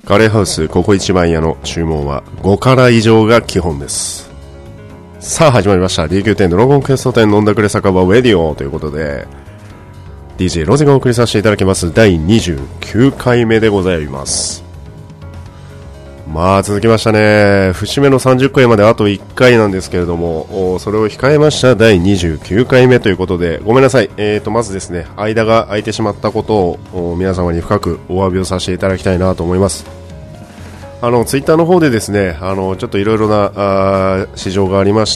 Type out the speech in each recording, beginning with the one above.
カレーハウスココイチ番屋の注文は5辛以上が基本です。さあ始まりました DQ10 ドラゴンクエスト10飲んだくれ酒場ウェディオということで DJ ロゼがお送りさせていただきます第29回目でございます。まあ続きましたね。節目の30回まであと1回なんですけれども、それを控えました第29回目ということで、ごめんなさい。まずですね、間が空いてしまったことを皆様に深くお詫びをさせていただきたいなと思います。ツイッターの方でですね、ちょっといろいろな事情がありまして、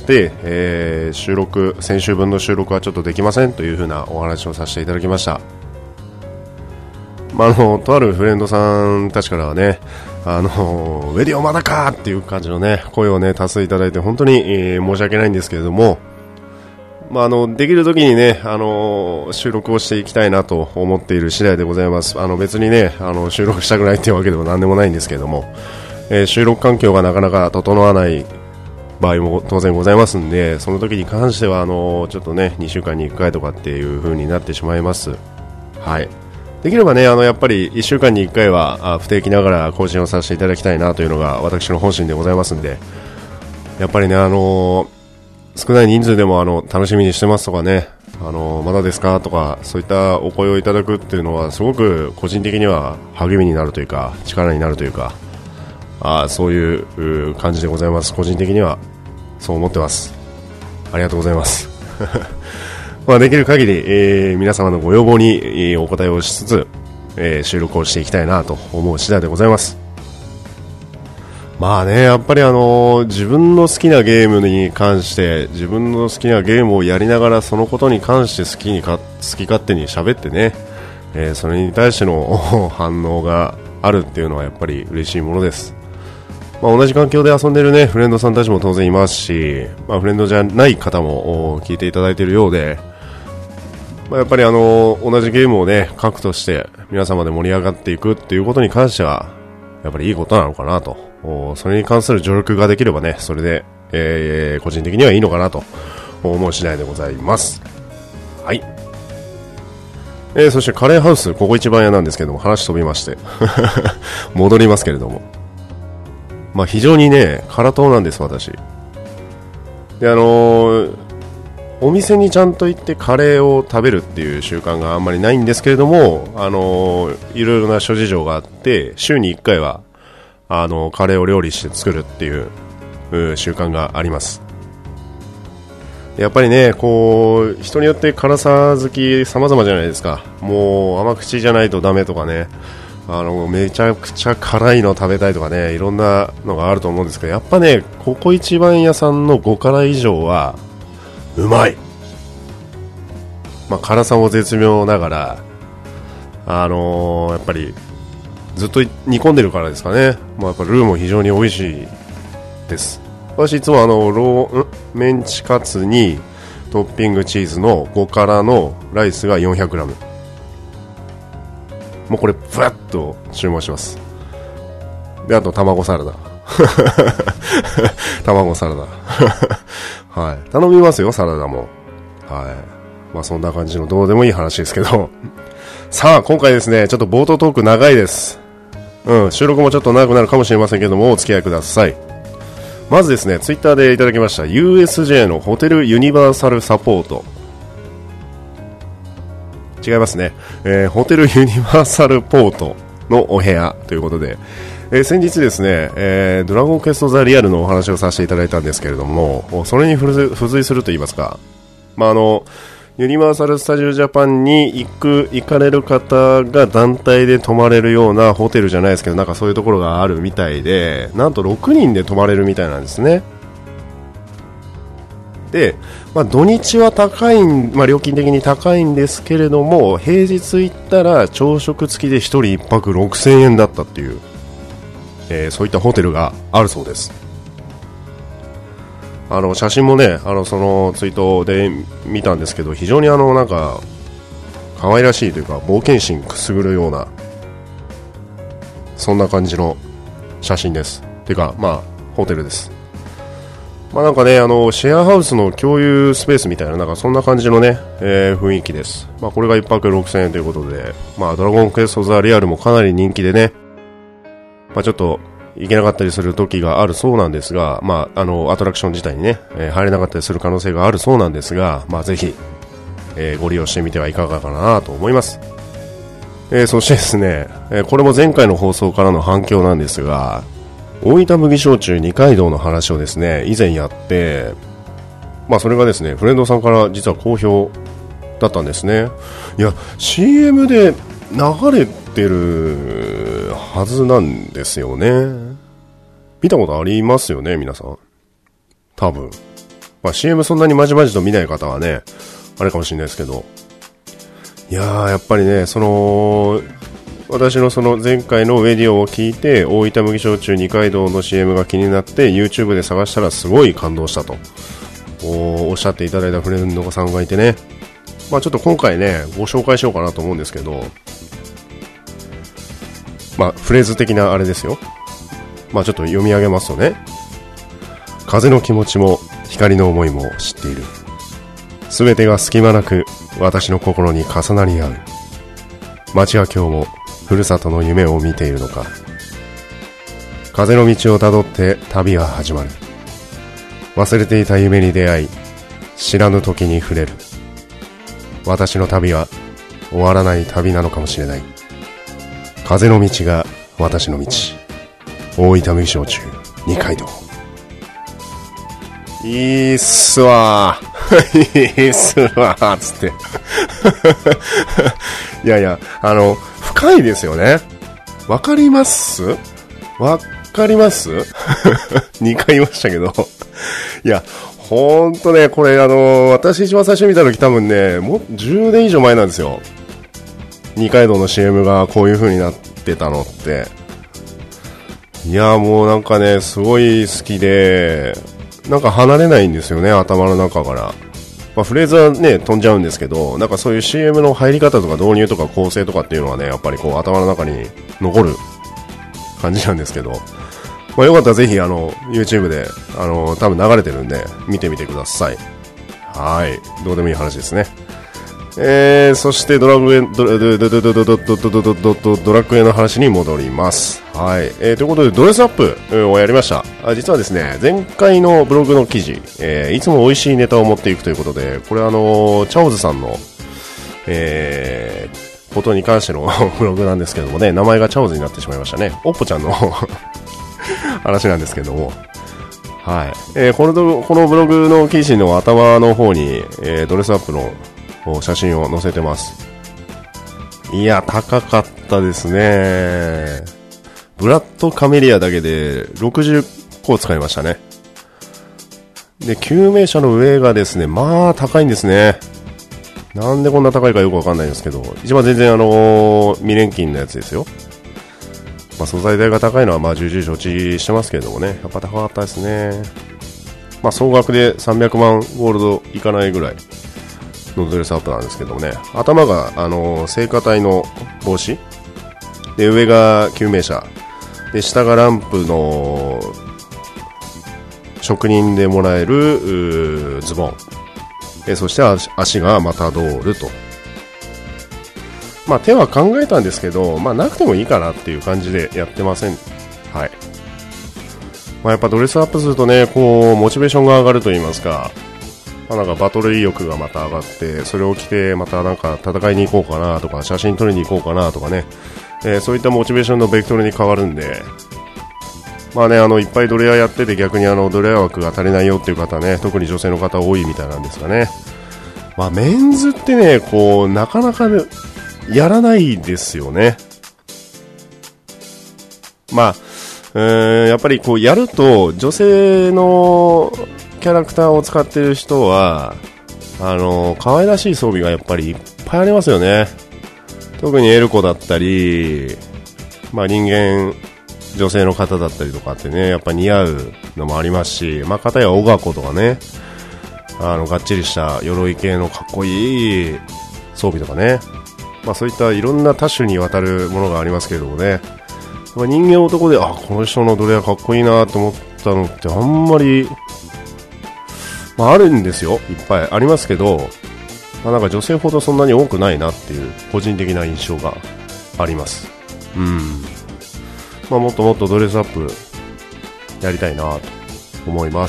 先週分の収録はちょっとできませんというふうなお話をさせていただきました。とあるフレンドさんたちからはね、ウェディオまだかっていう感じのね、声をね、多数いただいて本当に、申し訳ないんですけれども、できる時にね、収録をしていきたいなと思っている次第でございます。別にね、収録したくないっていうわけでも何でもないんですけれども、収録環境がなかなか整わない場合も当然ございますんで、その時に関しては、ちょっとね、2週間に1回とかっていう風になってしまいます。はい。できればね、やっぱり1週間に1回は不定期ながら更新をさせていただきたいなというのが私の本心でございますんで、やっぱりね、少ない人数でも楽しみにしてますとかね、まだですかとか、そういったお声をいただくっていうのはすごく個人的には励みになるというか、力になるというか、そういう感じでございます。個人的にはそう思ってます。ありがとうございます。できる限り、皆様のご要望に、お答えをしつつ、収録をしていきたいなと思う次第でございます。まあね、やっぱり自分の好きなゲームに関して自分の好きなゲームをやりながらそのことに関して好き勝手に喋ってね、それに対しての反応があるっていうのはやっぱり嬉しいものです。同じ環境で遊んでるね、フレンドさんたちも当然いますし、フレンドじゃない方も聞いていただいているようで、やっぱり同じゲームをね、核として皆様で盛り上がっていくっていうことに関しては、やっぱりいいことなのかなと。それに関する助力ができればね、それで、個人的にはいいのかなと思う次第でございます。はい。そしてカレーハウス、ここ一番屋なんですけども、話飛びまして。戻りますけれども。非常にね、辛党なんです、私。で、お店にちゃんと行ってカレーを食べるっていう習慣があんまりないんですけれども、いろいろな諸事情があって、週に1回は、カレーを料理して作るっていう習慣があります。やっぱりね、人によって辛さ好き様々じゃないですか。もう甘口じゃないとダメとかね、めちゃくちゃ辛いの食べたいとかね、いろんなのがあると思うんですけど、やっぱね、ここ一番屋さんの5辛以上は、うまい。辛さも絶妙ながら、やっぱりずっと煮込んでるからですかね。やっぱルーも非常に美味しいです。私いつもメンチカツにトッピングチーズの5辛のライスが 400g。もうこれブワッと注文します。で、あと卵サラダ。卵サラダ。はい。頼みますよ、サラダも。はい。そんな感じのどうでもいい話ですけど。さあ、今回ですね、ちょっと冒頭トーク長いです。収録もちょっと長くなるかもしれませんけども、お付き合いください。まずですね、ツイッターでいただきました USJ のホテルユニバーサルサポート。違いますね。ホテルユニバーサルポートのお部屋ということで、先日ですね、ドラゴンクエストザリアルのお話をさせていただいたんですけれども、それに付随すると言いますか、ユニバーサルスタジオジャパンに行かれる方が団体で泊まれるようなホテルじゃないですけど、なんかそういうところがあるみたいで、なんと6人で泊まれるみたいなんですね。で、土日は高い、料金的に高いんですけれども、平日行ったら朝食付きで1人1泊6000円だったっていう、そういったホテルがあるそうです。写真もね、そのツイートで見たんですけど、非常になんか可愛らしいというか冒険心くすぐるような、そんな感じの写真です。ていうかホテルです。なんかね、シェアハウスの共有スペースみたいな、なんかそんな感じのね、雰囲気です。これが1泊6000円ということで、ドラゴンクエストザリアルもかなり人気でね、 ちょっと行けなかったりする時があるそうなんですが、アトラクション自体にね、入れなかったりする可能性があるそうなんですが、ぜひ、ご利用してみてはいかがかなと思います。そしてですね、これも前回の放送からの反響なんですが、大分麦焼酎二階堂の話をですね、以前やって、それがですね、フレンドさんから実は好評だったんですね。いや、CM で流れてるはずなんですよね。見たことありますよね、皆さん。多分。CM そんなにまじまじと見ない方はね、あれかもしれないですけど。いやー、やっぱりね、私のその前回のウェディオを聞いて、大分麦焼酎二階堂の CM が気になって、YouTube で探したらすごい感動したと。おっしゃっていただいたフレンドさんがいてね。ちょっと今回ね、ご紹介しようかなと思うんですけど、フレーズ的なあれですよ。ちょっと読み上げますとね、風の気持ちも光の思いも知っている。すべてが隙間なく私の心に重なり合う。街は今日もふるさとの夢を見ているのか。風の道をたどって旅は始まる。忘れていた夢に出会い、知らぬ時に触れる。私の旅は終わらない旅なのかもしれない。風の道が私の道。大分麦焼酎二階堂。いいっすわーいいっすわーつっていやいや、深いですよね。わかります2回言いましたけどいや、ほんとね、これ私一番最初見た時多分ね、もう10年以上前なんですよ。二階堂の CM がこういう風になってたのって。いや、もうなんかね、すごい好きで、なんか離れないんですよね、頭の中から。フレーズはね、飛んじゃうんですけど、なんかそういう CM の入り方とか導入とか構成とかっていうのはね、やっぱりこう頭の中に残る感じなんですけど、よかったらぜひYouTube で多分流れてるんで見てみてください。はい、どうでもいい話ですね。そしてドラクエの話に戻ります。はい、ということでドレスアップをやりました。実はですね、前回のブログの記事、いつも美味しいネタを持っていくということで、これチャオズさんの、ことに関してのブログなんですけどもね、名前がチャオズになってしまいましたね。おっぽちゃんの話なんですけども、はい、このブログの記事の頭の方に、ドレスアップの写真を載せてます。いや、高かったですね。ブラッドカメリアだけで60個使いましたね。で、救命車の上がですね、高いんですね。なんでこんな高いかよくわかんないんですけど、一番全然未錬金のやつですよ。素材代が高いのは重々承知してますけれどもね、やっぱ高かったですね。総額で300万ゴールドいかないぐらいのドレスアップなんですけどもね、頭が聖火隊の帽子で、上が救命車で、下がランプの職人でもらえるズボンで、そして足がマタドールと。手は考えたんですけど、なくてもいいかなっていう感じでやってません。はい。やっぱドレスアップするとね、こうモチベーションが上がると言いますか、なんかバトル意欲がまた上がって、それを着てまたなんか戦いに行こうかなとか、写真撮りに行こうかなとかね、そういったモチベーションのベクトルに変わるんで、いっぱいドレアやってて逆にドレア枠が足りないよっていう方ね、特に女性の方多いみたいなんですがね。メンズってね、こうなかなかやらないですよね。やっぱりこうやると女性のキャラクターを使ってる人は可愛らしい装備がやっぱりいっぱいありますよね。特にエルコだったり、人間女性の方だったりとかってね、やっぱ似合うのもありますし、片やオガコとかね、がっちりした鎧系のかっこいい装備とかね、そういったいろんな多種にわたるものがありますけれどもね、人間男でこの人のドレアかっこいいなと思ったのってあんまり、あるんですよ、いっぱいありますけど、なんか女性ほどそんなに多くないなっていう個人的な印象があります。 もっともっとドレスアップやりたいなと思います。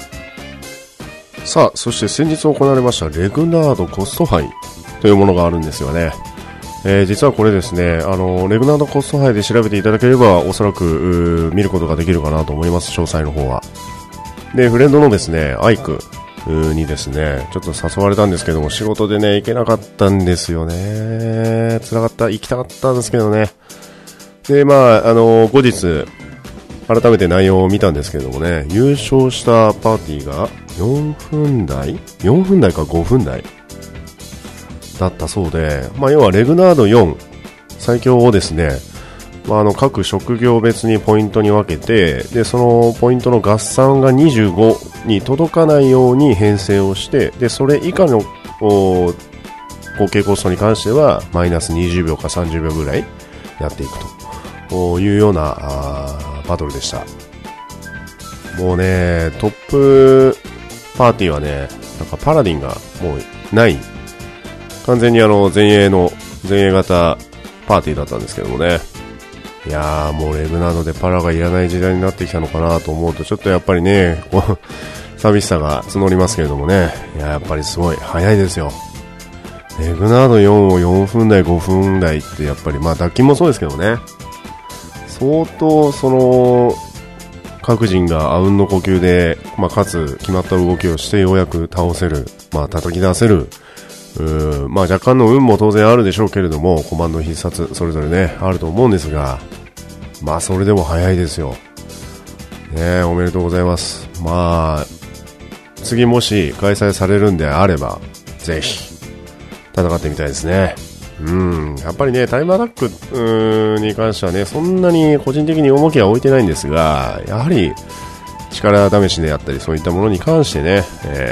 さあ、そして先日行われましたレグナードコスト杯というものがあるんですよね。実はこれですね、レグナードコスト杯で調べていただければおそらく見ることができるかなと思います、詳細の方は。で、フレンドのですね、アイクにですね、ちょっと誘われたんですけども、仕事でね、行けなかったんですよね。辛かった、行きたかったんですけどね。で、後日、改めて内容を見たんですけどもね、優勝したパーティーが4分台か5分台だったそうで、要はレグナード4最強をですね、各職業別にポイントに分けて、でそのポイントの合算が25に届かないように編成をして、でそれ以下の合計コストに関してはマイナス20秒か30秒ぐらいやっていくというようなバトルでした。もうね、トップパーティーはね、なんかパラディンがもうない、完全に前衛型パーティーだったんですけどもね。いやー、もうレグナードでパラがいらない時代になってきたのかなと思うと、ちょっとやっぱりね、寂しさが募りますけれどもね。いや、やっぱりすごい早いですよ。レグナード4を4分台5分台ってやっぱり、脱金もそうですけどね、相当各人があうんの呼吸で、かつ決まった動きをしてようやく倒せる、叩き出せる、若干の運も当然あるでしょうけれども、コマンド必殺それぞれねあると思うんですが、それでも早いですよね。おめでとうございます。次もし開催されるんであればぜひ戦ってみたいですね。やっぱりね、タイムアタックに関してはね、そんなに個人的に重きは置いてないんですが、やはり力試しであったりそういったものに関してね、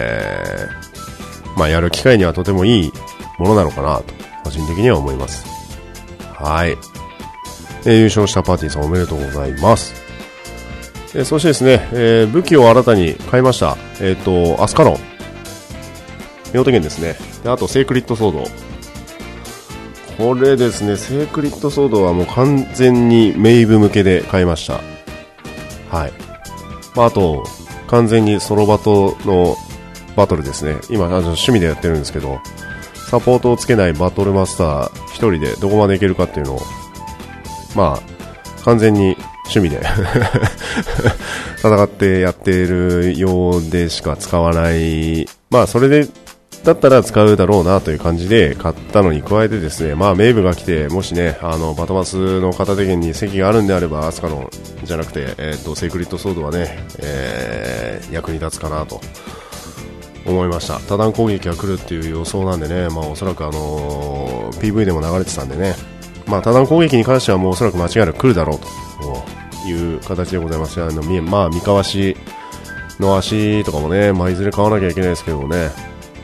やる機会にはとてもいいものなのかなと個人的には思います。はい、優勝したパーティーさんおめでとうございます。そしてですね、武器を新たに買いました。アスカロン妙手剣ですね。で、あとセークリッドソード、これですね、セークリッドソードはもう完全にメイブ向けで買いました。はい。あと完全にソロバトのバトルですね。今趣味でやってるんですけど、サポートをつけないバトルマスター一人でどこまでいけるかっていうのを完全に趣味で戦ってやっているようでしか使わない、それでだったら使うだろうなという感じで買ったのに加えてですね、メイブが来て、もしね、バトマスの片手剣に席があるんであればアスカのじゃなくて、セークリッドソードはね、役に立つかなと思いました。多段攻撃が来るっていう予想なんでね、おそらくPV でも流れてたんでね、多段攻撃に関してはもうおそらく間違いなく来るだろうという形でございます。三かわしの足とかもね、いずれ買わなきゃいけないですけどもね、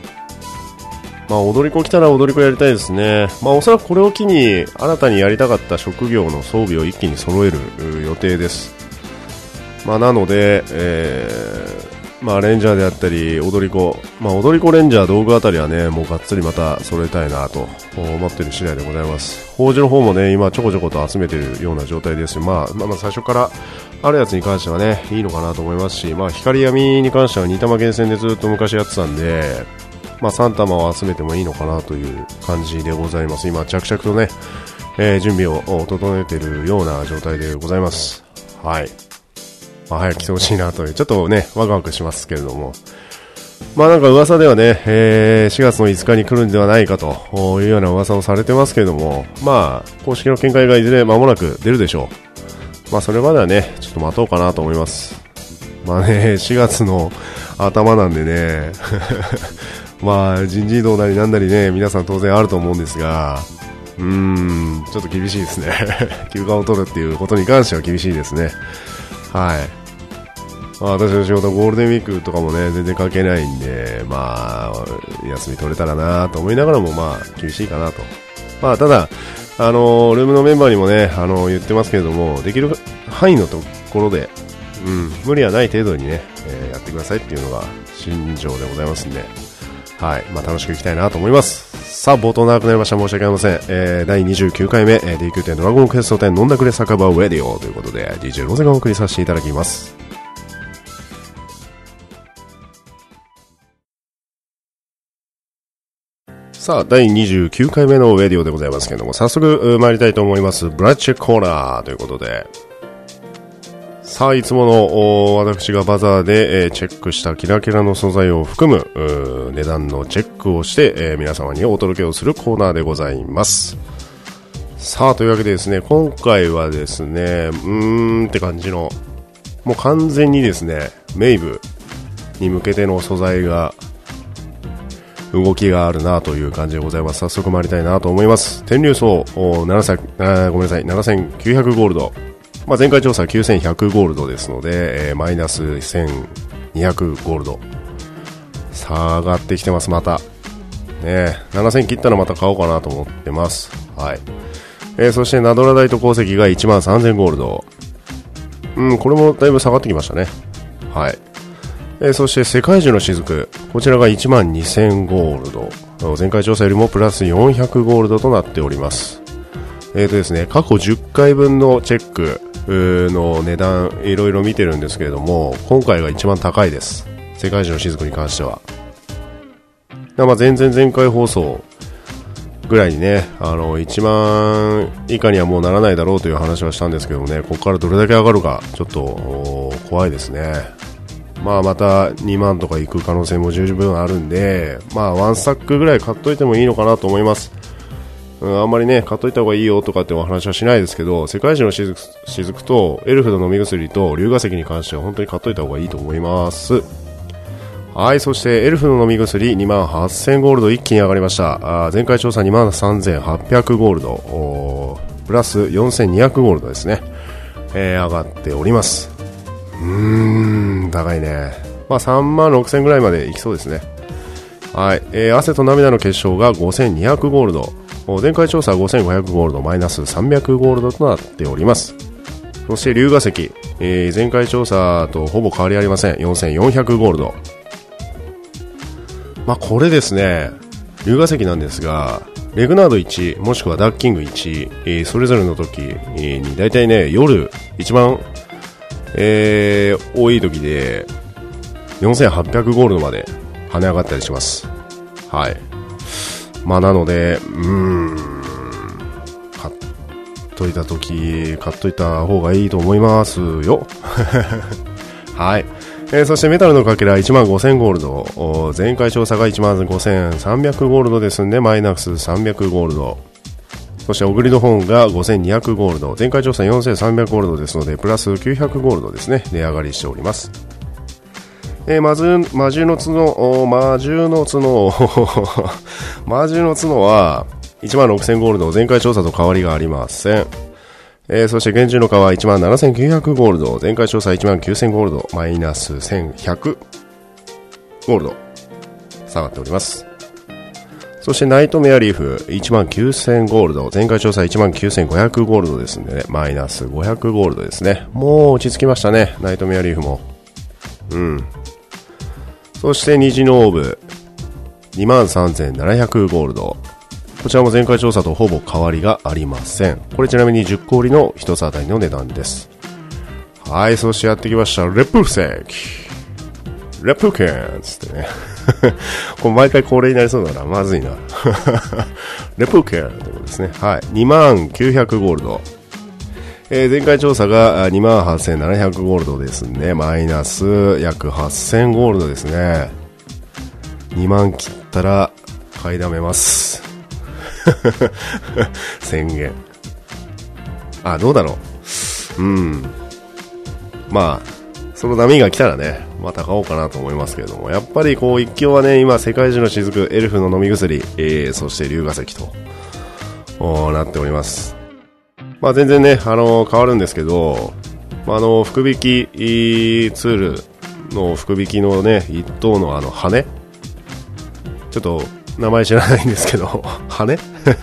踊り子来たら踊り子やりたいですね。おそらくこれを機に新たにやりたかった職業の装備を一気に揃える予定です。なので、レンジャーであったり踊り子、踊り子レンジャー道具あたりはね、もうがっつりまた揃えたいなと思っている次第でございます。宝珠の方もね、今ちょこちょこと集めているような状態ですし、最初からあるやつに関してはね、いいのかなと思いますし、光闇に関しては2玉厳選でずっと昔やってたんで、3玉を集めてもいいのかなという感じでございます。今着々とね、準備を整えているような状態でございます。はい。早く来てほしいなという、ちょっとねワクワクしますけれども、なんか噂ではね、4月の5日に来るんではないかというような噂をされてますけれども、公式の見解がいずれ間もなく出るでしょう。それまではねちょっと待とうかなと思います。4月の頭なんでね人事異動なりなんなりね、皆さん当然あると思うんですが、ちょっと厳しいですね休暇を取るっていうことに関しては厳しいですね。はい。私の仕事はゴールデンウィークとかもね全然関係ないんで、休み取れたらなと思いながらも厳しいかなと。ただルームのメンバーにもね言ってますけれども、できる範囲のところで、無理はない程度にね、やってくださいっていうのが心情でございますんで、はい、楽しくいきたいなと思います。 さあ冒頭長くなりました。申し訳ありません。第29回目、DQ10 ドラゴンクエスト10飲んだくれ酒場ウェディオということで DJ ロゼがお送りさせていただきます。さあ第29回目のウェディオでございますけれども、早速参りたいと思います。ブラッチェコーナーということで、さあいつもの私がバザーで、チェックしたキラキラの素材を含む値段のチェックをして、皆様にお届けをするコーナーでございます。さあというわけでですね、今回はですねって感じのもう完全にですねメイブに向けての素材が動きがあるなという感じでございます。早速参りたいなと思います。天竜層7900ゴールド、前回調査9100ゴールドですので、マイナス1200ゴールド下がってきてます。またね7000切ったらまた買おうかなと思ってます。はい。そしてナドラダイト鉱石が13000ゴールド、これもだいぶ下がってきましたね。はい。そして世界中の雫、こちらが12000ゴールド、前回調査よりもプラス400ゴールドとなっております。ですね、過去10回分のチェックの値段いろいろ見てるんですけれども、今回が一番高いです。世界中の雫に関しては。前回放送ぐらいにね、1万以下にはもうならないだろうという話はしたんですけどもね、ここからどれだけ上がるかちょっと怖いですね。また2万とかいく可能性も十分あるんで、ワンスタックぐらい買っといてもいいのかなと思います。あんまりね買っといた方がいいよとかってお話はしないですけど、世界中の雫とエルフの飲み薬と龍河石に関しては本当に買っといた方がいいと思います。はい。そしてエルフの飲み薬28000ゴールド一気に上がりました。前回調査23800ゴールドプラス4200ゴールドですね、上がっております。高いね。3万6000ぐらいまでいきそうですね。はい。汗と涙の結晶が5200ゴールド、前回調査は5500ゴールドマイナス300ゴールドとなっております。そして龍河石、前回調査とほぼ変わりありません。4400ゴールド。これですね、龍河石なんですが、レグナード1もしくはダッキング1、それぞれの時にだいたいね夜一番、多い時で4800ゴールドまで跳ね上がったりします。はい。なので買っといた方がいいと思いますよ。はい。そしてメタルのかけら15000ゴールド、前回調査が15300ゴールドですんでマイナス300ゴールド。そしてオグリドホーンが5200ゴールド、前回調査4300ゴールドですのでプラス900ゴールドですね、値上がりしております。魔獣の角は16000ゴールド、前回調査と変わりがありません。そして幻獣の皮17900ゴールド、前回調査19000ゴールドマイナス1100ゴールド下がっております。そしてナイトメアリーフ19000ゴールド、前回調査19500ゴールドですんでね、マイナス500ゴールドですね。もう落ち着きましたね、ナイトメアリーフも。そして虹のオーブ23700ゴールド、こちらも前回調査とほぼ変わりがありません。これちなみに10個売りの1つあたりの値段です。はい。そしてやってきましたレプケンつってねこれ毎回恒例になりそうだな、まずいなレプケンということですね。はい。20900ゴールド、前回調査が28700ゴールドですね、マイナス約8000ゴールドですね。2万切ったら買いだめます宣言。どうだろう。その波が来たらね、また買おうかなと思いますけれども、やっぱり一強はね、今世界中の雫、エルフの飲み薬、そして龍河石となっております。全然ね、変わるんですけど、福引きツールの福引きのね、一等の羽、ちょっと名前知らないんですけど羽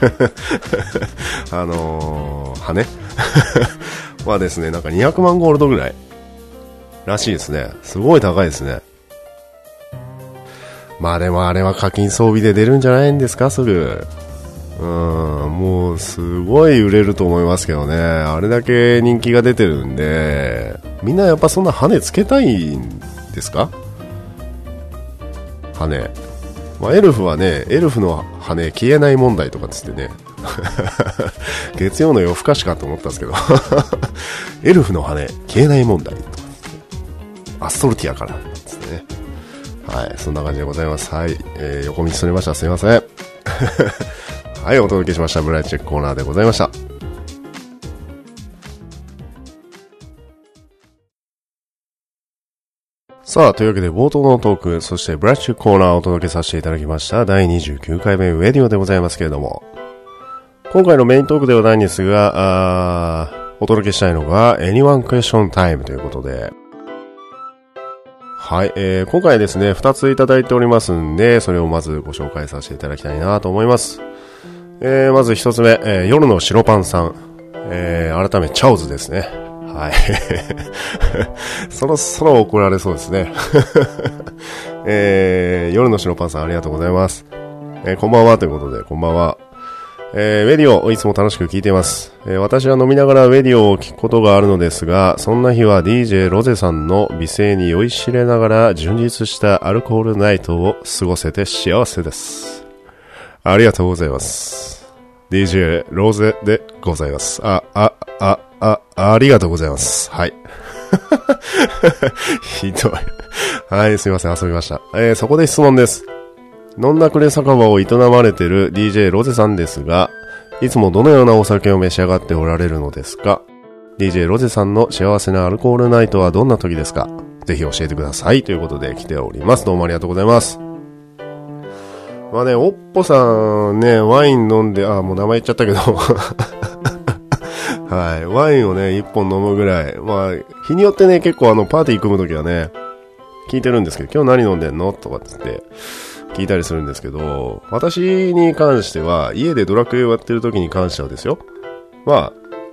羽はですね、なんか200万ゴールドぐらいらしいですね。すごい高いですね。 まあでもあれは課金装備で出るんじゃないんですか、すぐ。もうすごい売れると思いますけどね。あれだけ人気が出てるんで、みんなやっぱそんな羽つけたいんですか？羽。まあ、エルフはね、エルフの羽消えない問題とかつってね。月曜の夜更かしかと思ったんですけど。エルフの羽消えない問題とかアストルティアからつってね。はい、そんな感じでございます。はい、横道それました。すいません。はい、お届けしましたブライチェックコーナーでございました。さあ、というわけで冒頭のトーク、そしてブライチェックコーナーをお届けさせていただきました第29回目ウェディオでございますけれども、今回のメイントークではないんですが、お届けしたいのが Anyone Question Time ということで、はい、今回ですね、2ついただいておりますんで、それをまずご紹介させていただきたいなと思います。まず1つ目、夜の白パンさん、改めチャオズですね。はい。そろそろ怒られそうですね。夜の白パンさんありがとうございます。こんばんはということで、こんばんは。ウェディオをいつも楽しく聞いています。私は飲みながらウェディオを聞くことがあるのですが、そんな日は DJ ロゼさんの美声に酔いしれながら充実したアルコールナイトを過ごせて幸せです。ありがとうございます。DJ ロゼでございます。ありがとうございます。はい。ひどい。はい、すいません、遊びました。そこで質問です。飲んだくれ酒場を営まれている DJ ロゼさんですが、いつもどのようなお酒を召し上がっておられるのですか？ DJ ロゼさんの幸せなアルコールナイトはどんな時ですか？ぜひ教えてくださいということで来ております。どうもありがとうございます。まあね、おっぽさんね、ワイン飲んで、もう名前言っちゃったけどはい、ワインをね、一本飲むぐらい、まあ、日によってね、結構パーティー組むときはね、聞いてるんですけど、今日何飲んでんのとかって聞いたりするんですけど、私に関しては、家でドラクエをやってるときに関してはですよ、ま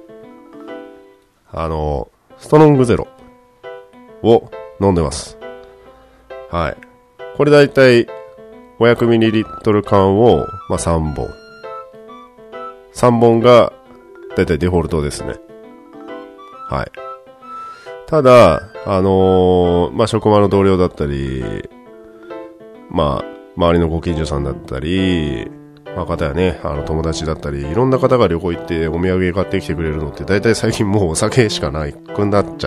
あ、ストロングゼロを飲んでます。はい。これだいたい 500ml 缶を、まあ、3本。3本がだいたいデフォルトですね。はい。ただ、まあ、職場の同僚だったり、まあ、周りのご近所さんだったり、まあ、方やね、友達だったり、いろんな方が旅行行ってお土産買ってきてくれるのって、だいたい最近もうお酒しかないくなっちゃって、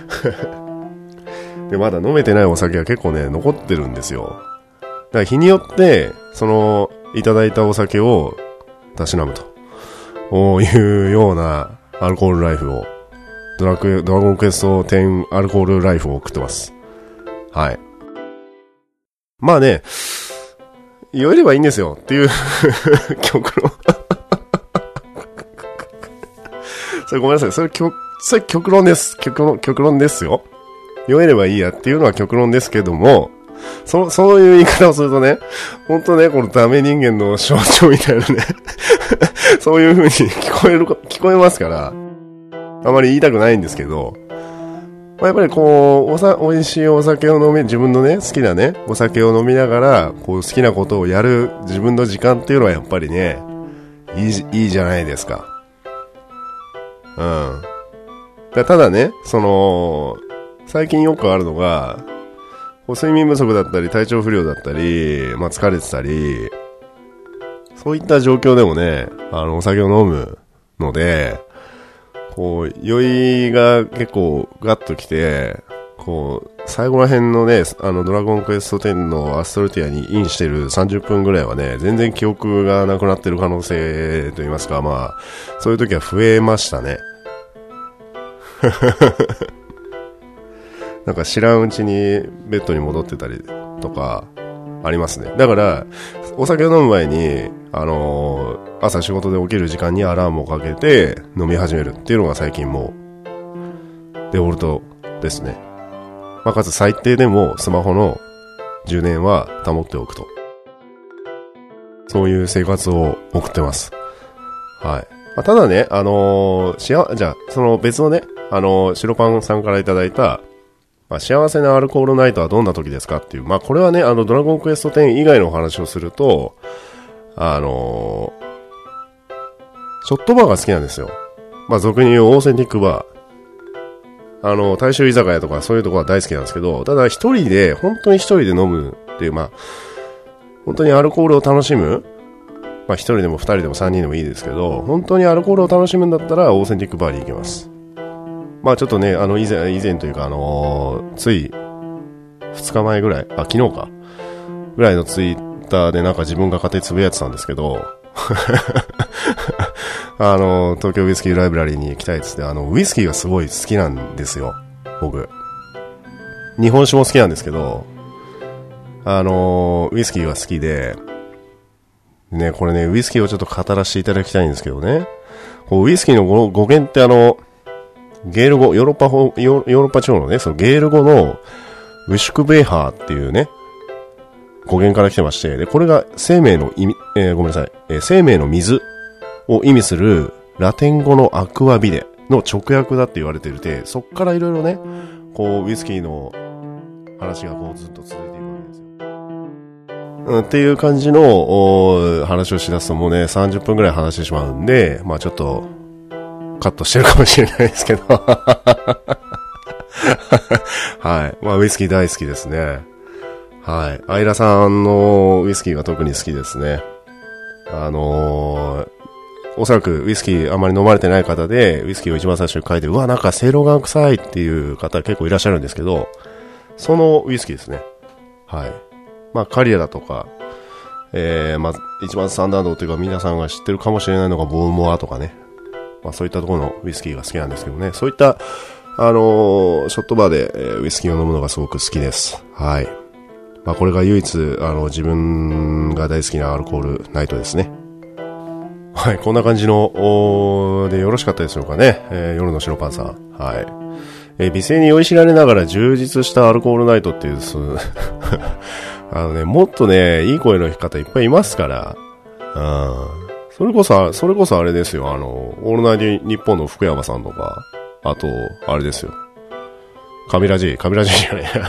で、まだ飲めてないお酒は結構ね、残ってるんですよ。だから日によって、いただいたお酒をたしなむというようなアルコールライフを、ドラゴンクエスト10アルコールライフを送ってます。はい。まあね、酔えればいいんですよっていう極論。それごめんなさい。それ極論です。極論ですよ。酔えればいいやっていうのは極論ですけども、そういう言い方をするとね、ほんとね、このダメ人間の象徴みたいなね、そういう風に聞こえますから、あまり言いたくないんですけど、まあ、やっぱりこう、美味しいお酒を自分のね、好きなね、お酒を飲みながら、こう好きなことをやる自分の時間っていうのはやっぱりね、いいじゃないですか。うん。ただね、最近よくあるのが、睡眠不足だったり、体調不良だったり、まあ疲れてたり、そういった状況でもね、お酒を飲むので、こう、酔いが結構ガッときて、こう、最後ら辺のね、ドラゴンクエスト10のアストルティアにインしてる30分ぐらいはね、全然記憶がなくなってる可能性といいますか、まあ、そういう時は増えましたね。なんか知らんうちにベッドに戻ってたりとか、ありますね。だから、お酒を飲む前に、朝仕事で起きる時間にアラームをかけて飲み始めるっていうのが最近もう、デフォルトですね。まあ、かつ最低でもスマホの充電は保っておくと。そういう生活を送ってます。はい。まあ、ただね、じゃあ、その別のね、白パンさんからいただいた、 まあ、幸せなアルコールナイトはどんな時ですかっていう、まあ、これはね、ドラゴンクエスト10以外のお話をすると、ショットバーが好きなんですよ。まあ、俗に言うオーセンティックバー。大衆居酒屋とかそういうところは大好きなんですけど、ただ一人で、本当に一人で飲むっていう、まあ、本当にアルコールを楽しむ、まあ、一人でも二人でも三人でもいいですけど、本当にアルコールを楽しむんだったらオーセンティックバーに行きます。まあちょっとね、以前というかつい2日前ぐらい、昨日かぐらいのツイッターでなんか自分が勝手につぶやいてたんですけど東京ウイスキーライブラリーに行きたいっつって、ウイスキーがすごい好きなんですよ、僕。日本酒も好きなんですけど、ウイスキーが好きで、ね、これね、ウイスキーをちょっと語らせていただきたいんですけどね、こうウイスキーの語源ってゲール語、ヨーロッパ地方のね、そのゲール語のウィシュクベーハーっていうね、語源から来てまして、で、これが生命のごめんなさい、生命の水を意味するラテン語のアクアビデの直訳だって言われていて、そっからいろいろね、こう、ウイスキーの話がこうずっと続いていくわけですよ。っていう感じの話をしだすともうね、30分くらい話してしまうんで、まあちょっと、カットしてるかもしれないですけど。はい。まあウイスキー大好きですね。はい。アイラさんのウイスキーが特に好きですね。おそらくウイスキーあまり飲まれてない方で、ウイスキーを一番最初に書いて、うわ、なんかセイロガン臭いっていう方結構いらっしゃるんですけど、そのウイスキーですね。はい。まあカリアだとか、まあ一番スタンダードというか皆さんが知ってるかもしれないのがボーモアとかね。まあそういったところのウイスキーが好きなんですけどね。そういった、ショットバーで、ウイスキーを飲むのがすごく好きです。はい。まあこれが唯一、自分が大好きなアルコールナイトですね。はい、こんな感じの、でよろしかったでしょうかね。夜の白パンさん。はい。美声に酔いしられながら充実したアルコールナイトっていう、ね、もっとね、いい声の弾き方いっぱいいますから、それこそあれですよ、オールナイトニッポンの福山さんとか、あと、あれですよ。カミラジじゃないや。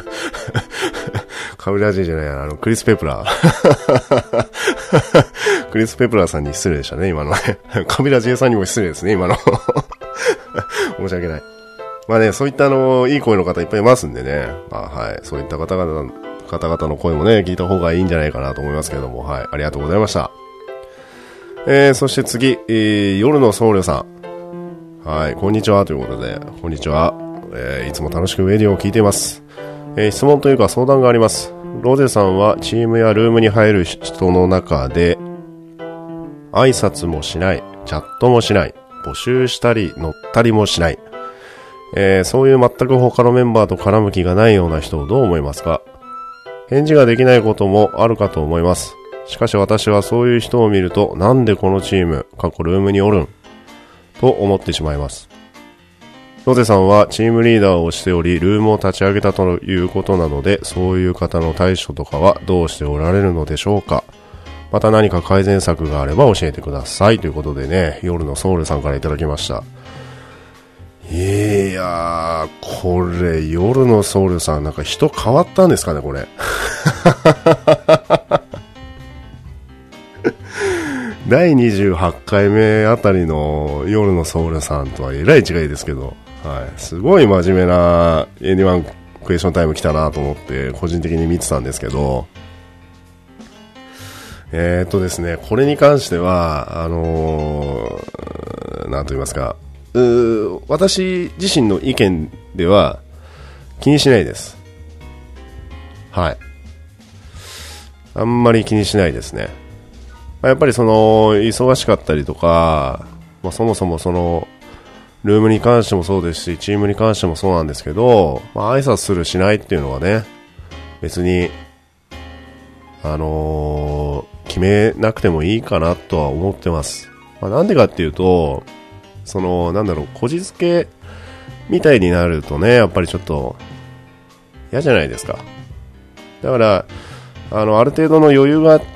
カミラジじゃないや、クリス・ペプラー。クリス・ペプラーさんに失礼でしたね、今のね。カミラジさんにも失礼ですね、今の。申し訳ない。まあね、そういったいい声の方いっぱいいますんでね。まあはい。そういった方々の声もね、聞いた方がいいんじゃないかなと思いますけれども、はい。ありがとうございました。そして次、夜の僧侶さん。はい、こんにちはということで、こんにちは。いつも楽しくウェディオを聞いています。質問というか相談があります。ロゼさんはチームやルームに入る人の中で、挨拶もしない、チャットもしない、募集したり乗ったりもしない。そういう全く他のメンバーと絡む気がないような人をどう思いますか？返事ができないこともあるかと思います。しかし私はそういう人を見ると、なんでこのチーム、ルームにおるんと思ってしまいます。ロゼさんはチームリーダーをしており、ルームを立ち上げたということなので、そういう方の対処とかはどうしておられるのでしょうか。また何か改善策があれば教えてください。ということでね、夜のソウルさんからいただきました。いやー、これ、夜のソウルさん、なんか人変わったんですかね、これ。第28回目あたりの夜のソウルさんとはえらい違いですけど、はい、すごい真面目な N1 クエスチョンタイム来たなと思って個人的に見てたんですけど、ですね、これに関してはなんと言いますか、私自身の意見では気にしないです。はい。あんまり気にしないですね。やっぱり忙しかったりとか、まあ、そもそもルームに関してもそうですし、チームに関してもそうなんですけど、まあ、挨拶するしないっていうのはね、別に、決めなくてもいいかなとは思ってます。まあ、なんでかっていうと、こじつけみたいになるとね、やっぱりちょっと嫌じゃないですか。だから、ある程度の余裕があって、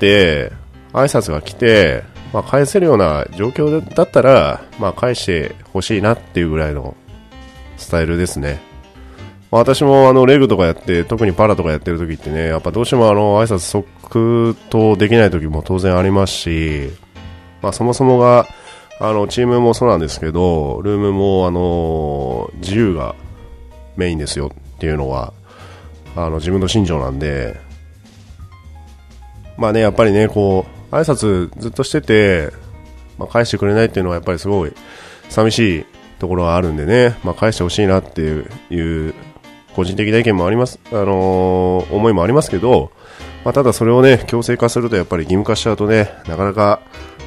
挨拶が来て、まあ、返せるような状況だったら、まあ、返してほしいなっていうぐらいのスタイルですね。 私もレグとかやって、特にパラとかやってる時ってね、やっぱどうしても挨拶即答できない時も当然ありますし、そもそもが、チームもそうなんですけど、ルームも自由がメインですよっていうのは、自分の信条なんで、やっぱりね、こう、挨拶ずっとしてて、返してくれないっていうのはやっぱりすごい寂しいところがあるんでね、返してほしいなっていう個人的な意見もあります、思いもありますけど、ただそれをね、強制化するとやっぱり義務化しちゃうとね、なかなか、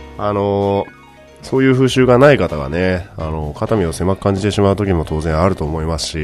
そういう風習がない方がね、肩身を狭く感じてしまう時も当然あると思いますし、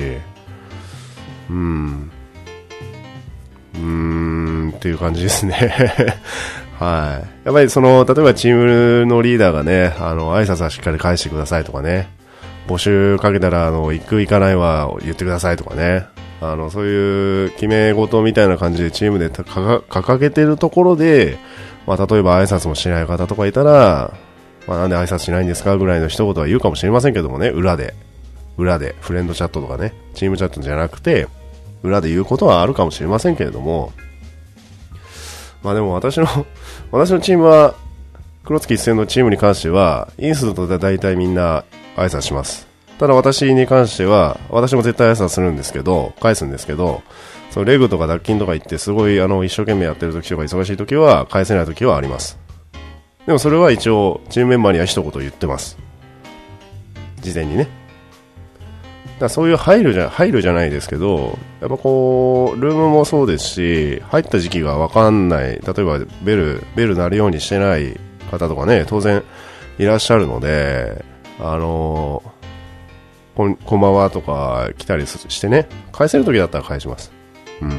っていう感じですね。はい。やっぱり例えばチームのリーダーがね、挨拶はしっかり返してくださいとかね、募集かけたら、行く行かないは言ってくださいとかね、そういう決め事みたいな感じでチームで掲げてるところで、例えば挨拶もしない方とかいたら、なんで挨拶しないんですかぐらいの一言は言うかもしれませんけどもね、裏で、フレンドチャットとかね、チームチャットじゃなくて、裏で言うことはあるかもしれませんけれども、でも私のチームは、黒月一戦のチームに関しては、インストで大体みんな挨拶します。ただ私に関しては、私も絶対挨拶するんですけど、返すんですけど、そのレグとか脱筋とか言ってすごい一生懸命やってる時とか忙しい時は返せない時はあります。でもそれは一応チームメンバーには一言言ってます。事前にね。だからそういう配慮じゃないですけど、やっぱこうルームもそうですし、入った時期が分かんない、例えばベル鳴るようにしてない方とかね、当然いらっしゃるので、こんばんはとか来たりしてね、返せる時だったら返します。だ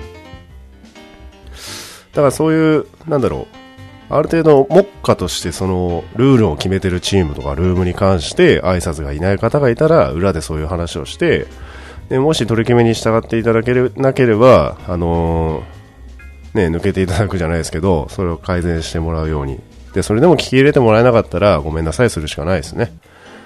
からそういうある程度目下としてそのルールを決めてるチームとかルームに関して挨拶がいない方がいたら裏でそういう話をして、でもし取り決めに従っていただけなければ抜けていただくじゃないですけど、それを改善してもらうように、でそれでも聞き入れてもらえなかったらごめんなさいするしかないですね。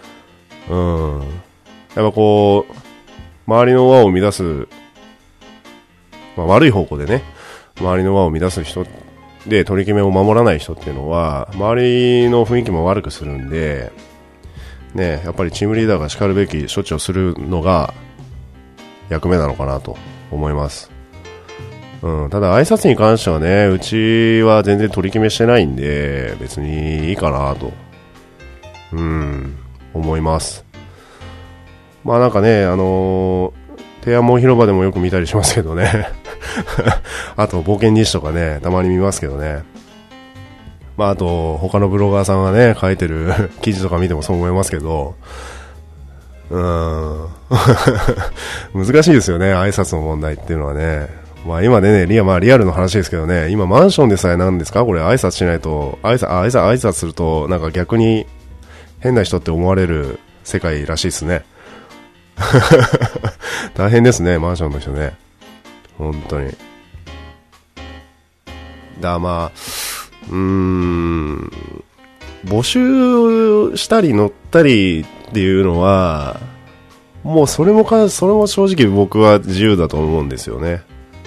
やっぱこう周りの輪を乱す、悪い方向でね、周りの輪を乱す人で取り決めを守らない人っていうのは周りの雰囲気も悪くするんでね、やっぱりチームリーダーが叱るべき処置をするのが役目なのかなと思います。ただ挨拶に関してはね、うちは全然取り決めしてないんで別にいいかなと思います。なんかね、天安門広場でもよく見たりしますけどねあと冒険日誌とかね、たまに見ますけどね。あと他のブロガーさんがね書いてる記事とか見てもそう思いますけど、難しいですよね、挨拶の問題っていうのはね。今ね、リアルの話ですけどね、今マンションでさえなんですか、これ挨拶しないと挨拶するとなんか逆に変な人って思われる世界らしいですね大変ですね、マンションの人ね、本当に。募集したり乗ったりっていうのはもうそれも正直僕は自由だと思うんですよね。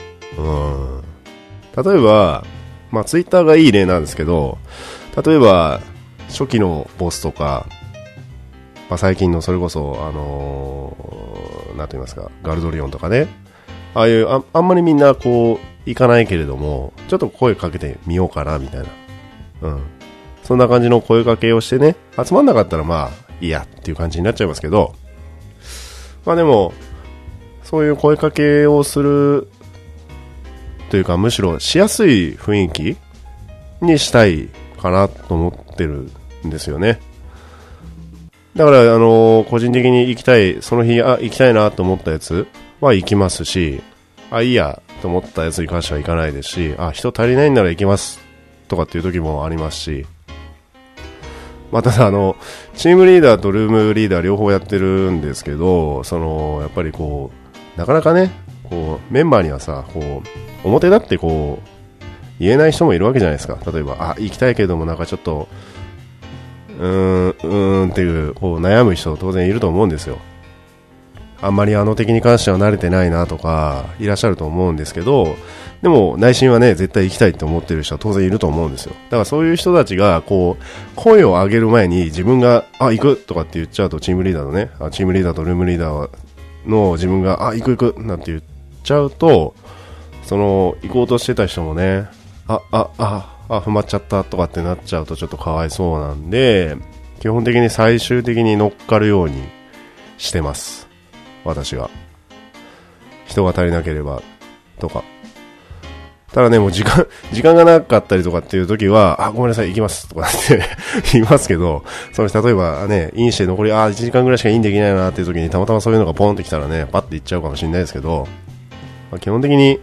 例えばツイッターがいい例なんですけど、例えば初期のボスとか、最近のそれこそなんと言いますか、ガルドリオンとかね、ああいうあんまりみんなこう行かないけれどもちょっと声かけてみようかなみたいな、そんな感じの声かけをしてね、集まんなかったらいいやっていう感じになっちゃいますけど、でもそういう声かけをするというか、むしろしやすい雰囲気にしたいかなと思ってるんですよね。だから個人的に行きたい、その日行きたいなと思ったやつは行きますし、いいやと思ったやつに関しては行かないですし、人足りないんなら行きますとかっていう時もありますし、ただチームリーダーとルームリーダー両方やってるんですけど、やっぱりこうなかなかね、こうメンバーにはさ、こう表立ってこう言えない人もいるわけじゃないですか。例えば行きたいけどもなんかちょっとっていうこう悩む人当然いると思うんですよ。 あんまり敵に関しては慣れてないなとかいらっしゃると思うんですけど、でも内心はね絶対行きたいって思ってる人は当然いると思うんですよ。だからそういう人たちがこう声を上げる前に自分が行くとかって言っちゃうと、チームリーダーのねチームリーダーとルームリーダーの自分が行くなんて言っちゃうと、その行こうとしてた人もね踏まっちゃったとかってなっちゃうとちょっとかわいそうなんで、基本的に最終的に乗っかるようにしてます、私が。人が足りなければとか。ただね、もう時間がなかったりとかっていう時は、ごめんなさい、行きますとかって言いますけど、例えばね、インして残り1時間ぐらいしかインできないなっていう時にたまたまそういうのがポンってきたらね、パッて行っちゃうかもしれないですけど、基本的に、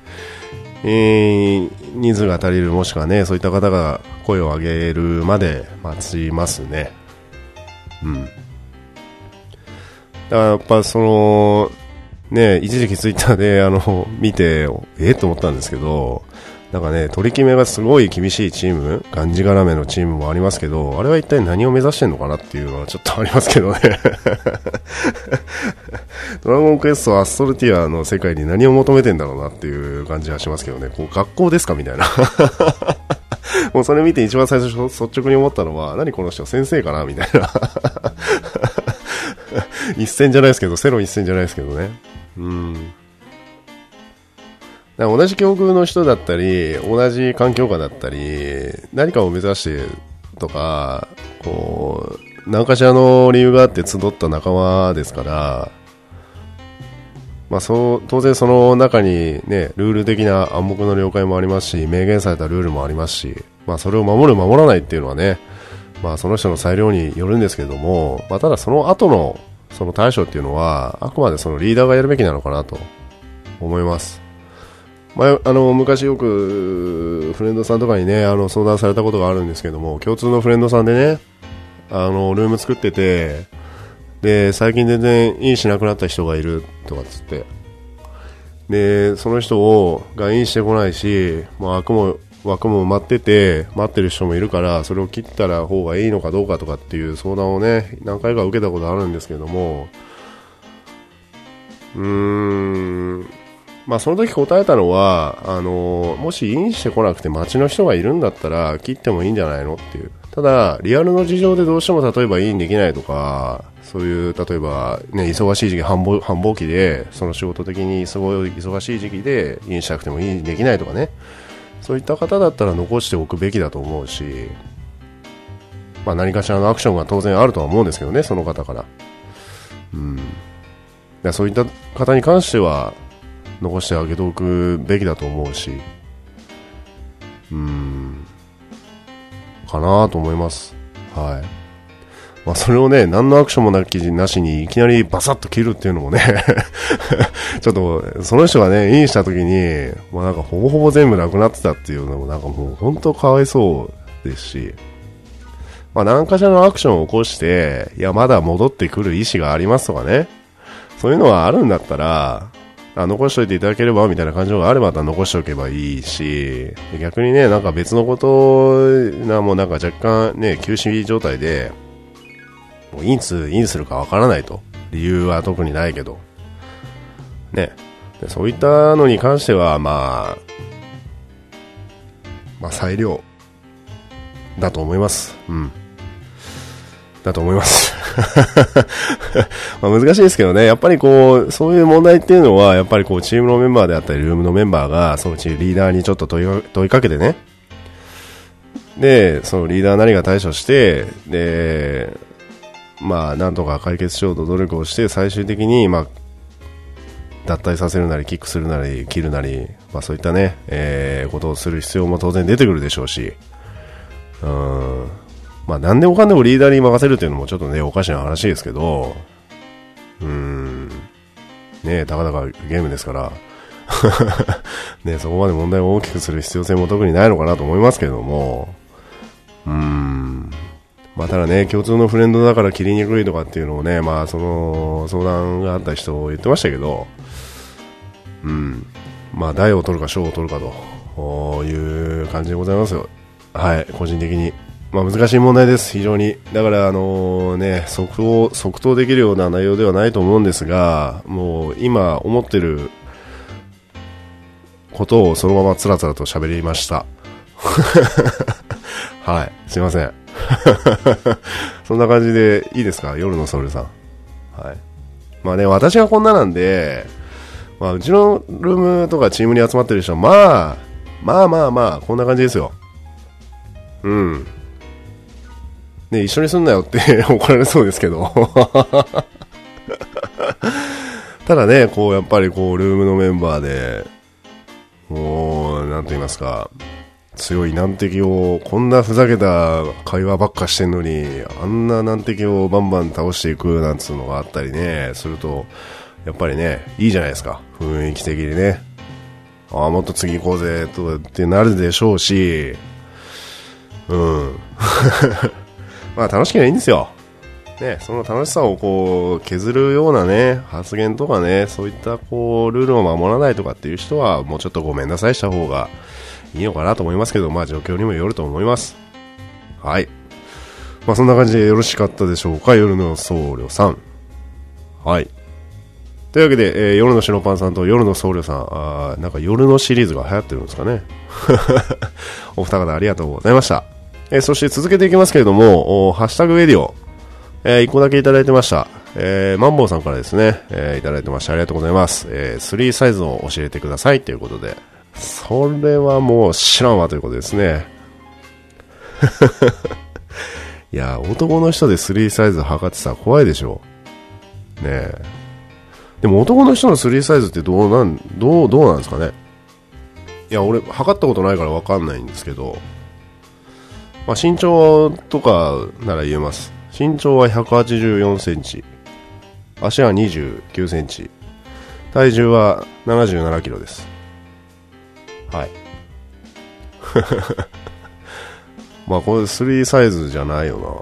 人数が足りる、もしくはね、そういった方が声を上げるまで待ちますね。だからやっぱ一時期ツイッターで見てと思ったんですけど、なんかね、取り決めがすごい厳しいチーム、がんじがらめのチームもありますけど、あれは一体何を目指してんのかなっていうのはちょっとありますけどねドラゴンクエストアストルティアの世界に何を求めてんだろうなっていう感じはしますけどね。こう学校ですかみたいなもうそれ見て一番最初率直に思ったのは、何この人先生かなみたいな一線じゃないですけど、セロ一線じゃないですけどね。だから同じ境遇の人だったり、同じ環境下だったり、何かを目指してとか、こう何かしらの理由があって集った仲間ですから、当然その中にね、ルール的な暗黙の了解もありますし、明言されたルールもありますし、それを守る守らないっていうのはね、その人の裁量によるんですけども、ただその後のその対処っていうのはあくまでそのリーダーがやるべきなのかなと思います。昔よくフレンドさんとかにね相談されたことがあるんですけども、共通のフレンドさんでねルーム作ってて、で最近全然インしなくなった人がいるとかっつって、でその人がインしてこないし、枠も待ってる人もいるから、それを切ったら方がいいのかどうかとかっていう相談をね何回か受けたことあるんですけども、その時答えたのはもしインしてこなくて街の人がいるんだったら切ってもいいんじゃないのっていう。ただリアルの事情でどうしても例えばインできないとか、そういう例えばね忙しい時期繁忙期でその仕事的にすごい忙しい時期でインしたくてもインできないとかね、そういった方だったら残しておくべきだと思うし、何かしらのアクションが当然あるとは思うんですけどね、その方から。そういった方に関しては残してあげておくべきだと思うし、かなと思います。はい。それをね、何のアクションもなしにいきなりバサッと切るっていうのもねちょっとその人がねインした時になんかほぼほぼ全部なくなってたっていうのもなんかもう本当かわいそうですし、何かしらのアクションを起こして、まだ戻ってくる意思がありますとかね、そういうのはあるんだったら残しておいていただければみたいな感情があれば残しておけばいいし、逆にねなんか別のこともうなんか若干ね休止状態でもうインするかわからないと、理由は特にないけどね、でそういったのに関しては裁量だと思います。だと思います難しいですけどね、やっぱりそういう問題っていうのはやっぱりチームのメンバーであったりルームのメンバーがそのうちリーダーにちょっと問いかけてね、でそのリーダーなりが対処して、でなんとか解決しようと努力をして、最終的に脱退させるなりキックするなり切るなり、そういったね、ことをする必要も当然出てくるでしょうし、何でもかんでもリーダーに任せるっていうのもちょっとねおかしな話ですけど、ねたかだかゲームですからね、そこまで問題を大きくする必要性も特にないのかなと思いますけども、ただね共通のフレンドだから切りにくいとかっていうのをねその相談があった人言ってましたけど、大を取るか小を取るかという感じでございますよ。はい、個人的に難しい問題です、非常に。だから即答できるような内容ではないと思うんですが、もう今思ってることをそのままつらつらと喋りました。はい、すいません。そんな感じでいいですか、夜のソウルさん。はい。私がこんななんで、うちのルームとかチームに集まってる人は、まあ、こんな感じですよ。うん。ね、一緒にすんなよって怒られそうですけど。ただね、やっぱりルームのメンバーで、なんと言いますか、強い難敵を、こんなふざけた会話ばっかしてんのに、あんな難敵をバンバン倒していくなんつうのがあったりね、すると、やっぱりね、いいじゃないですか、雰囲気的にね。もっと次行こうぜ、とかってなるでしょうし、楽しければいいんですよ。ね、その楽しさを削るようなね、発言とかね、そういったルールを守らないとかっていう人は、もうちょっとごめんなさいした方がいいのかなと思いますけど、状況にもよると思います。はい。そんな感じでよろしかったでしょうか、夜の僧侶さん。はい。というわけで、夜の白パンさんと夜の僧侶さん、なんか夜のシリーズが流行ってるんですかね。お二方ありがとうございました。そして続けていきますけれども、ハッシュタグウェディオ、1個だけいただいてました。マンボウさんからですね、いただいてました。ありがとうございます。3サイズを教えてくださいということで、それはもう知らんわということですね。いや、男の人で3サイズ測ってたら怖いでしょ。ねえ。でも男の人の3サイズってどうなんですかね。いや、俺測ったことないから分かんないんですけど、身長とかなら言えます。身長は184センチ、足は29センチ、体重は77キロです。はい。これ3サイズじゃないよ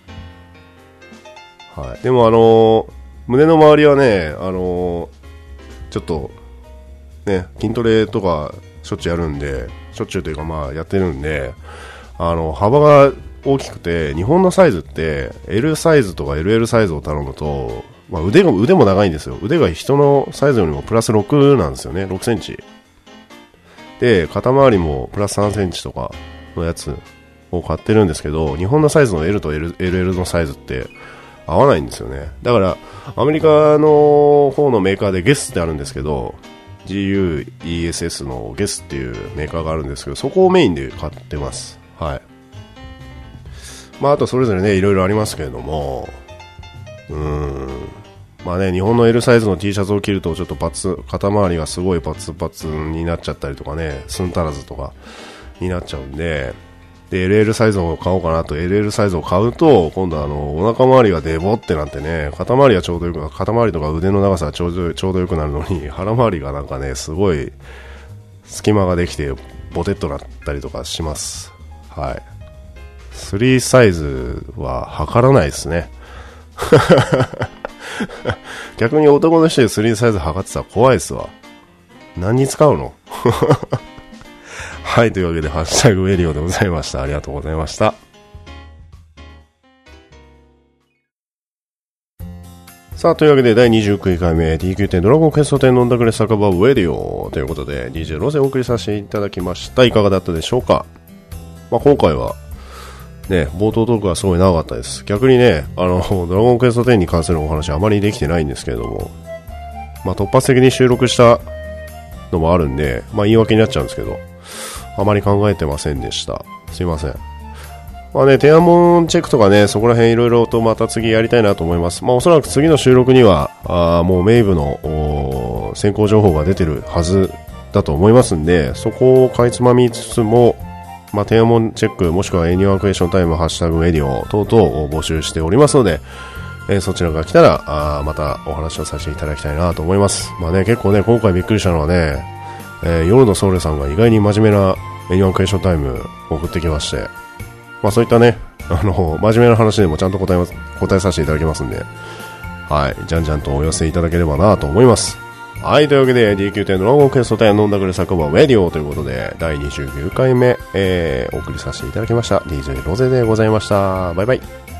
な。はい。でも胸の周りはね、ちょっとね、筋トレとかしょっちゅうやるんで、しょっちゅうというかやってるんで、幅が大きくて、日本のサイズって L サイズとか LL サイズを頼むと、腕も長いんですよ。腕が人のサイズよりもプラス6なんですよね。6センチで、肩周りもプラス3センチとかのやつを買ってるんですけど、日本のサイズの L と LL のサイズって合わないんですよね。だからアメリカの方のメーカーでゲスってあるんですけど、 GUESS のゲスっていうメーカーがあるんですけど、そこをメインで買ってます。はい。あとそれぞれね、いろいろありますけれども、日本の L サイズの T シャツを着るとちょっと肩周りがすごいパツパツになっちゃったりとかね、スンタラズとかになっちゃうんで、LL サイズを買おうかなと LL サイズを買うと、今度お腹周りがデボってなってね、肩周りはちょうどよく、肩周りとか腕の長さはちょうどよくなるのに、腹周りがなんかね、すごい隙間ができてボテッとなったりとかします。はい。3サイズは測らないですね。逆に男の人で3サイズ測ってたら怖いですわ。何に使うの？はい、というわけでハッシュタグウェリオでございました。ありがとうございました。さあ、というわけで第29回目 DQ10 ドラゴンクエスト10飲んだくれ酒場ウェディオということで DJ ロゼをお送りさせていただきました。いかがだったでしょうか。今回はね、冒頭トークはすごい長かったです。逆にね、ドラゴンクエスト10に関するお話あまりできてないんですけれども、突発的に収録したのもあるんで、言い訳になっちゃうんですけど、あまり考えてませんでした。すいません。テアモンチェックとかね、そこら辺いろいろとまた次やりたいなと思います。おそらく次の収録には、もうメイブの先行情報が出てるはずだと思いますんで、そこをかいつまみつつも、テアモンチェックもしくはエニュアクエーションタイムハッシュタグエディオ等々を募集しておりますので、そちらが来たらまたお話をさせていただきたいなと思います。結構ね、今回びっくりしたのはね、夜のソウルさんが意外に真面目なエニュアクエーションタイムを送ってきまして、そういったね、真面目な話でもちゃんと答えさせていただきますんで、はい、じゃんじゃんとお寄せいただければなと思います。 はい、というわけで DQ 店ドラゴンクエスト10飲んだくれ作場ウェディオということで第29回目、お送りさせていただきました。DJ ロゼでございました。バイバイ。